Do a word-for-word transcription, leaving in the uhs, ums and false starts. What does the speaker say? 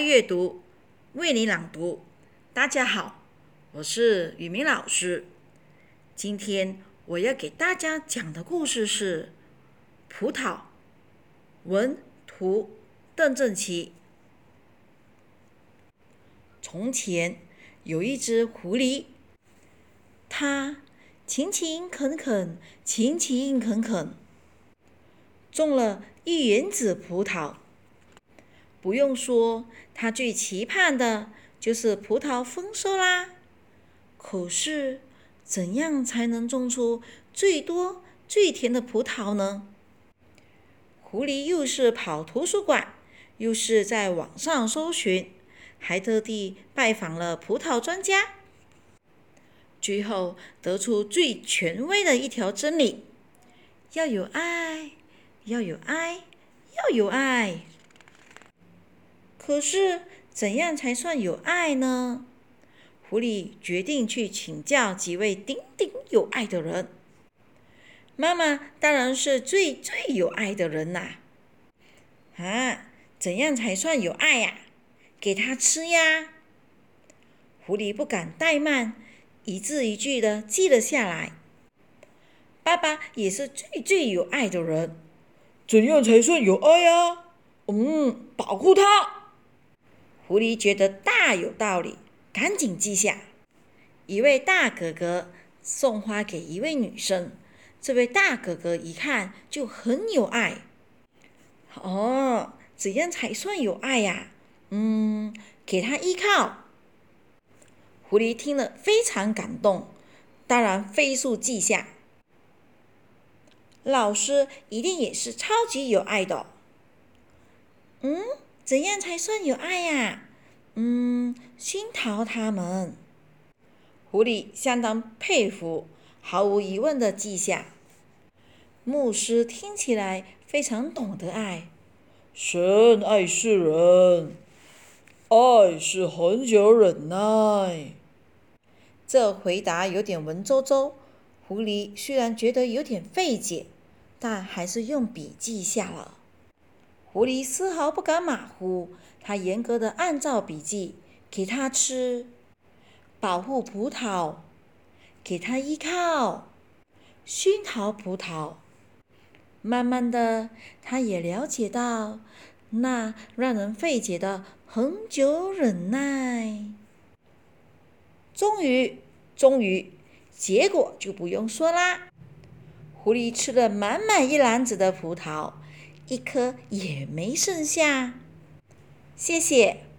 阅读，为你朗读。大家好，我是雨明老师。今天我要给大家讲的故事是葡萄，文图邓正奇。从前有一只狐狸，它勤勤恳恳，勤勤恳恳，种了一园子葡萄。不用说，它最期盼的就是葡萄丰收啦。可是，怎样才能种出最多最甜的葡萄呢？狐狸又是跑图书馆，又是在网上搜寻，还特地拜访了葡萄专家，最后得出最权威的一条真理：要有爱，要有爱，要有爱。可是，怎样才算有爱呢？狐狸决定去请教几位顶顶有爱的人。妈妈当然是最最有爱的人啦。啊，怎样才算有爱呀？给他吃呀！狐狸不敢怠慢，一字一句的记了下来。爸爸也是最最有爱的人。 怎样才算有爱呀？嗯，保护他。 狐狸觉得大有道理，赶紧记下。一位大哥哥送花给一位女生，这位大哥哥一看就很有爱。哦，怎样才算有爱呀？嗯，给他依靠。狐狸听了非常感动，当然飞速记下。老师一定也是超级有爱的。嗯，怎样才算有爱呀？嗯，熏陶他们。狐狸相当佩服，毫无疑问的记下。牧师听起来非常懂得爱。 神爱世人，爱是恒久忍耐。 这回答有点文绉绉，狐狸虽然觉得有点费解，但还是用笔记下了。狐狸丝毫不敢马虎，他严格的按照笔记，给他吃，保护葡萄，给他依靠，熏陶葡萄。慢慢的，他也了解到那让人费解的恒久忍耐。终于，终于，结果就不用说啦。狐狸吃了满满一篮子的葡萄，一颗也没剩下。谢谢。